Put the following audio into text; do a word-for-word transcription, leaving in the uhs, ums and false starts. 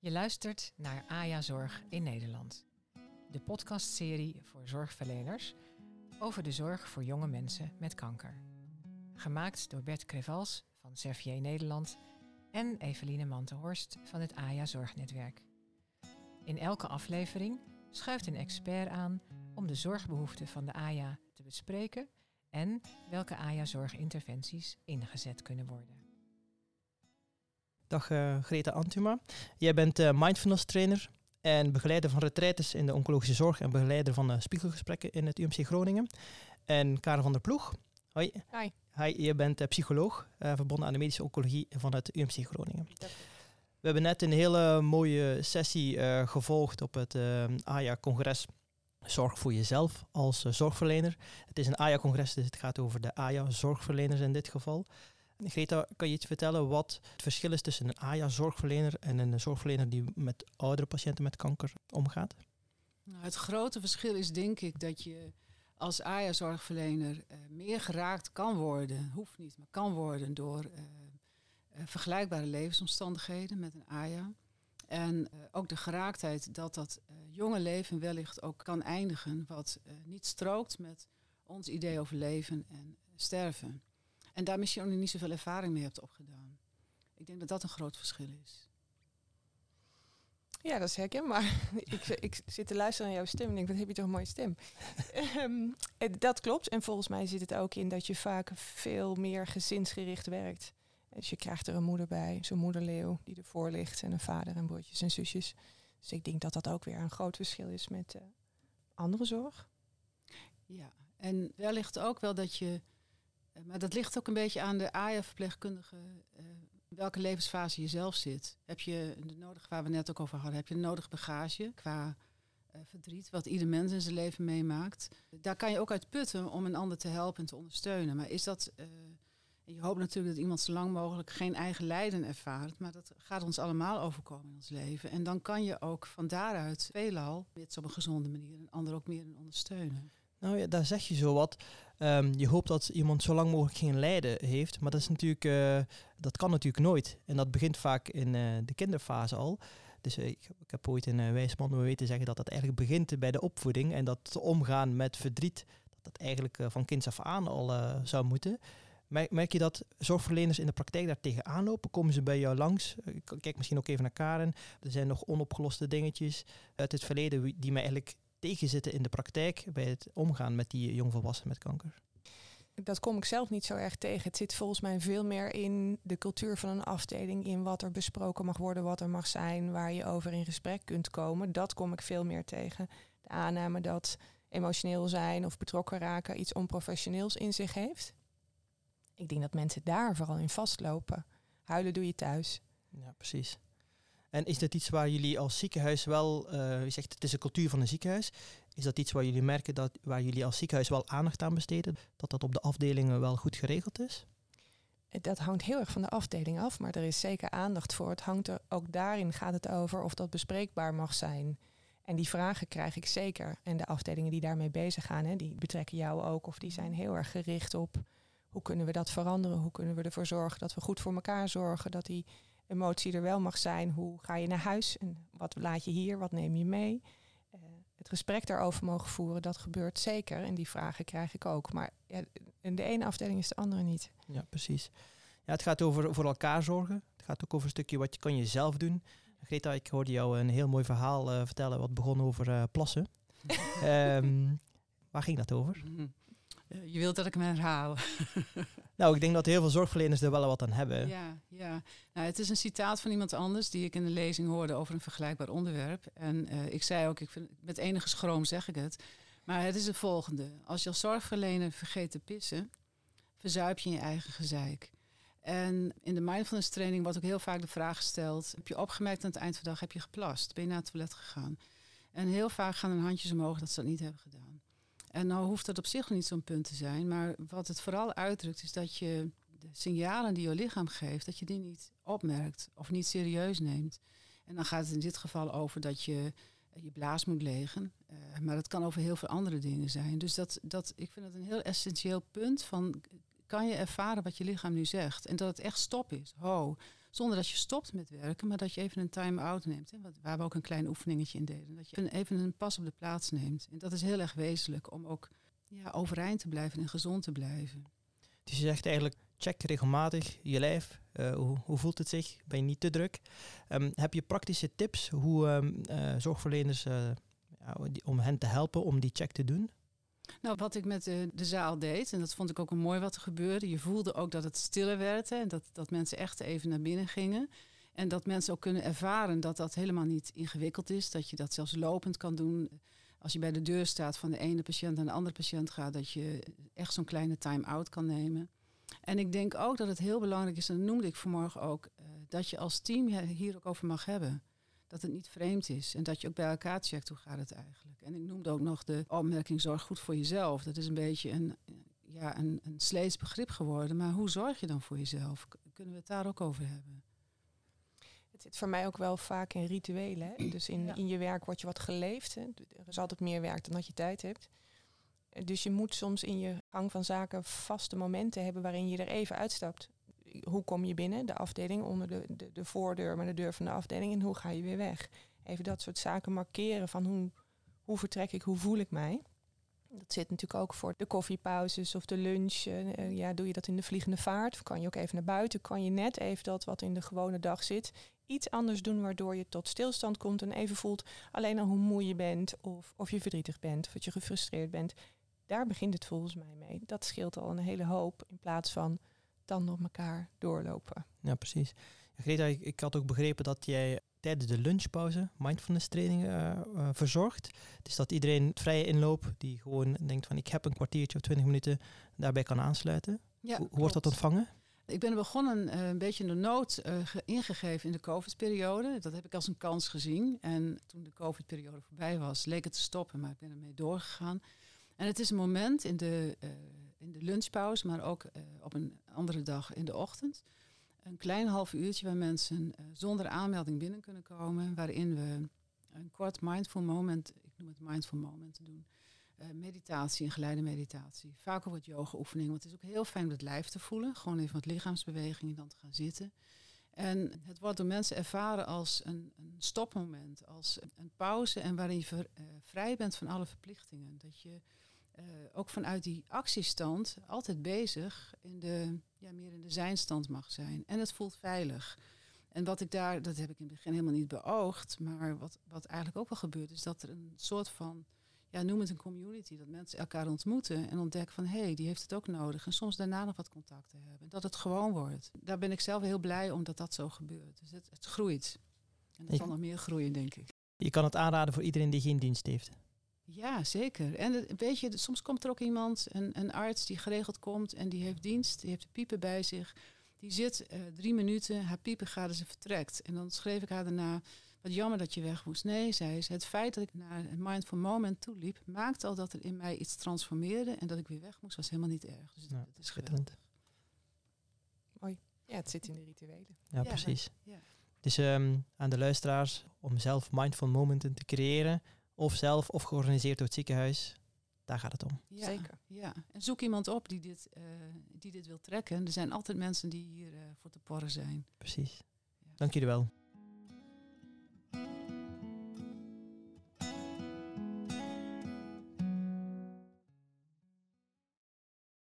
Je luistert naar A J A Zorg in Nederland. De podcastserie voor zorgverleners over de zorg voor jonge mensen met kanker. Gemaakt door Bert Crevals van Servier Nederland en Eveline Mantenhorst van het A J A Zorgnetwerk. In elke aflevering schuift een expert aan om de zorgbehoeften van de A J A te bespreken en welke A J A-zorginterventies ingezet kunnen worden. Dag uh, Greta Antuma. Jij bent uh, mindfulness trainer en begeleider van retraites in de oncologische zorg en begeleider van uh, spiegelgesprekken in het U M C Groningen. En Karen van der Ploeg. Hoi. Hi. Hi, je bent uh, psycholoog, uh, verbonden aan de medische oncologie van het U M C Groningen. We hebben net een hele mooie sessie uh, gevolgd op het uh, A J A-congres Zorg voor jezelf als uh, zorgverlener. Het is een A J A-congres, dus het gaat over de A J A-zorgverleners in dit geval. Greta, kan je iets vertellen wat het verschil is tussen een A J A-zorgverlener en een zorgverlener die met oudere patiënten met kanker omgaat? Nou, het grote verschil is denk ik dat je als A J A-zorgverlener uh, meer geraakt kan worden, hoeft niet, maar kan worden door uh, uh, vergelijkbare levensomstandigheden met een A J A. En uh, ook de geraaktheid dat dat uh, jonge leven wellicht ook kan eindigen wat uh, niet strookt met ons idee over leven en sterven. En daar misschien ook nog niet zoveel ervaring mee hebt opgedaan. Ik denk dat dat een groot verschil is. Ja, dat is herkenbaar. ik, ik zit te luisteren naar jouw stem en denk, wat heb je toch een mooie stem. um, dat klopt. En volgens mij zit het ook in dat je vaak veel meer gezinsgericht werkt. Dus je krijgt er een moeder bij, zo'n moederleeuw die ervoor ligt. En een vader en broertjes en zusjes. Dus ik denk dat dat ook weer een groot verschil is met uh, andere zorg. Ja, en wellicht ook wel dat je... Maar dat ligt ook een beetje aan de A J A-verpleegkundige, uh, welke levensfase je zelf zit. Heb je de nodige, waar we net ook over hadden, heb je de nodige bagage qua uh, verdriet, wat ieder mens in zijn leven meemaakt. Daar kan je ook uit putten om een ander te helpen en te ondersteunen. Maar is dat, uh, en je hoopt natuurlijk dat iemand zo lang mogelijk geen eigen lijden ervaart, maar dat gaat ons allemaal overkomen in ons leven. En dan kan je ook van daaruit veelal, dit op een gezonde manier, een ander ook meer in ondersteunen. Nou ja, daar zeg je zo wat. Um, je hoopt dat iemand zo lang mogelijk geen lijden heeft, maar dat is natuurlijk, uh, dat kan natuurlijk nooit. En dat begint vaak in uh, de kinderfase al. Dus uh, ik, ik heb ooit in uh, Wijsman me weten zeggen dat dat eigenlijk begint bij de opvoeding en dat omgaan met verdriet, dat dat eigenlijk uh, van kinds af aan al uh, zou moeten. Merk, merk je dat zorgverleners in de praktijk daar tegenaan lopen? Komen ze bij jou langs? Ik kijk misschien ook even naar Karen. Er zijn nog onopgeloste dingetjes uit het verleden die mij eigenlijk tegenzitten in de praktijk bij het omgaan met die jongvolwassenen met kanker? Dat kom ik zelf niet zo erg tegen. Het zit volgens mij veel meer in de cultuur van een afdeling, in wat er besproken mag worden, wat er mag zijn, waar je over in gesprek kunt komen. Dat kom ik veel meer tegen. De aanname dat emotioneel zijn of betrokken raken iets onprofessioneels in zich heeft. Ik denk dat mensen daar vooral in vastlopen. Huilen doe je thuis. Ja, precies. En is dat iets waar jullie als ziekenhuis wel, uh, je zegt het is een cultuur van een ziekenhuis, is dat iets waar jullie merken dat waar jullie als ziekenhuis wel aandacht aan besteden, dat dat op de afdelingen wel goed geregeld is? Dat hangt heel erg van de afdeling af, maar er is zeker aandacht voor. Het hangt er, ook daarin gaat het over of dat bespreekbaar mag zijn. En die vragen krijg ik zeker. En de afdelingen die daarmee bezig gaan, hè, die betrekken jou ook, of die zijn heel erg gericht op hoe kunnen we dat veranderen, hoe kunnen we ervoor zorgen dat we goed voor elkaar zorgen, dat die emotie er wel mag zijn. Hoe ga je naar huis en wat laat je hier, wat neem je mee? Uh, het gesprek daarover mogen voeren, dat gebeurt zeker. En die vragen krijg ik ook. Maar ja, in de ene afdeling is de andere niet. Ja, precies. Ja, het gaat over voor elkaar zorgen. Het gaat ook over een stukje wat je kan je zelf doen. Greta, ik hoorde jou een heel mooi verhaal uh, vertellen wat begon over uh, plassen. um, waar ging dat over? Je wilt dat ik hem herhaal. Nou, ik denk dat heel veel zorgverleners er wel wat aan hebben. Ja, ja. Nou, het is een citaat van iemand anders die ik in de lezing hoorde over een vergelijkbaar onderwerp. En uh, ik zei ook, ik vind, met enige schroom zeg ik het. Maar het is het volgende. Als je als zorgverlener vergeet te pissen, verzuip je in je eigen gezeik. En in de mindfulness training wordt ook heel vaak de vraag gesteld, heb je opgemerkt aan het eind van de dag, heb je geplast? Ben je naar het toilet gegaan? En heel vaak gaan er handjes omhoog dat ze dat niet hebben gedaan. En nou hoeft dat op zich niet zo'n punt te zijn. Maar wat het vooral uitdrukt is dat je de signalen die je lichaam geeft, dat je die niet opmerkt of niet serieus neemt. En dan gaat het in dit geval over dat je je blaas moet legen. Uh, maar het kan over heel veel andere dingen zijn. Dus dat, dat, ik vind het een heel essentieel punt van, kan je ervaren wat je lichaam nu zegt? En dat het echt stop is. Ho, Zonder dat je stopt met werken, maar dat je even een time-out neemt. Hè, waar we ook een klein oefeningetje in deden. Dat je even een pas op de plaats neemt. En dat is heel erg wezenlijk om ook ja, overeind te blijven en gezond te blijven. Dus je zegt eigenlijk, check regelmatig je lijf. Uh, hoe, hoe voelt het zich? Ben je niet te druk? Um, heb je praktische tips hoe um, uh, zorgverleners, uh, ja, om hen te helpen om die check te doen? Nou, wat ik met de, de zaal deed, en dat vond ik ook een mooi wat er gebeurde. Je voelde ook dat het stiller werd hè, en dat, dat mensen echt even naar binnen gingen. En dat mensen ook kunnen ervaren dat dat helemaal niet ingewikkeld is. Dat je dat zelfs lopend kan doen. Als je bij de deur staat van de ene patiënt naar de andere patiënt gaat, dat je echt zo'n kleine time-out kan nemen. En ik denk ook dat het heel belangrijk is, en dat noemde ik vanmorgen ook, uh, dat je als team hier ook over mag hebben. Dat het niet vreemd is en dat je ook bij elkaar checkt hoe gaat het eigenlijk. En ik noemde ook nog de opmerking zorg goed voor jezelf. Dat is een beetje een, ja, een, een sleets begrip geworden. Maar hoe zorg je dan voor jezelf? Kunnen we het daar ook over hebben? Het zit voor mij ook wel vaak in rituelen. Hè? Dus in, ja. in je werk wordt je wat geleefd. Hè? Er is altijd meer werk dan dat je tijd hebt. Dus je moet soms in je gang van zaken vaste momenten hebben waarin je er even uitstapt. Hoe kom je binnen, de afdeling, onder de, de, de voordeur, maar de deur van de afdeling en hoe ga je weer weg? Even dat soort zaken markeren van hoe, hoe vertrek ik, hoe voel ik mij? Dat zit natuurlijk ook voor de koffiepauzes of de lunch. Uh, ja, doe je dat in de vliegende vaart? Of kan je ook even naar buiten? Kan je net even dat wat in de gewone dag zit iets anders doen waardoor je tot stilstand komt en even voelt alleen al hoe moe je bent of, of je verdrietig bent of dat je gefrustreerd bent. Daar begint het volgens mij mee. Dat scheelt al een hele hoop in plaats van dan op elkaar doorlopen. Ja, precies. Greta, ik, ik had ook begrepen dat jij tijdens de lunchpauze mindfulness trainingen uh, uh, verzorgt. Dus dat iedereen het vrije inloop die gewoon denkt van ik heb een kwartiertje of twintig minuten daarbij kan aansluiten. Ja, hoe, hoe wordt dat ontvangen? Ik ben begonnen uh, een beetje in de nood uh, ge- ingegeven in de COVID-periode. Dat heb ik als een kans gezien. En toen de COVID-periode voorbij was, leek het te stoppen, maar ik ben ermee doorgegaan. En het is een moment in de, uh, in de lunchpauze, maar ook uh, op een andere dag in de ochtend. Een klein half uurtje waar mensen uh, zonder aanmelding binnen kunnen komen. Waarin we een kort mindful moment, ik noem het mindful moment, te doen. Uh, meditatie, een geleide meditatie. Vaak ook wat yoga-oefeningen, want het is ook heel fijn om het lijf te voelen. Gewoon even wat lichaamsbeweging en dan te gaan zitten. En het wordt door mensen ervaren als een, een stopmoment, als een pauze en waarin je ver, uh, vrij bent van alle verplichtingen. Dat je uh, ook vanuit die actiestand altijd bezig in de, ja, meer in de zijnstand mag zijn. En het voelt veilig. En wat ik daar, dat heb ik in het begin helemaal niet beoogd, maar wat, wat eigenlijk ook wel gebeurt, is dat er een soort van, ja, noem het een community, dat mensen elkaar ontmoeten en ontdekken van, hé, hey, die heeft het ook nodig. En soms daarna nog wat contacten hebben. Dat het gewoon wordt. Daar ben ik zelf heel blij om dat dat zo gebeurt. Dus het, het groeit. En dat zal nog meer groeien, denk ik. Je kan het aanraden voor iedereen die geen dienst heeft. Ja, zeker. En het, weet je, soms komt er ook iemand, een, een arts die geregeld komt en die heeft dienst, die heeft de piepen bij zich. Die zit uh, drie minuten, haar piepen gaat en ze vertrekt. En dan schreef ik haar daarna, wat jammer dat je weg moest. Nee, zei ze, het feit dat ik naar een mindful moment toe liep, maakte al dat er in mij iets transformeerde en dat ik weer weg moest, was helemaal niet erg. Dus ja, het is geweldig. Mooi. Ja, het zit in de rituelen. Ja, ja precies. Ja. Dus um, aan de luisteraars om zelf mindful momenten te creëren, of zelf of georganiseerd door het ziekenhuis. Daar gaat het om. Ja, Zeker. Ja. En zoek iemand op die dit, uh, die dit wil trekken. Er zijn altijd mensen die hier uh, voor te porren zijn. Precies. Ja. Dank jullie wel.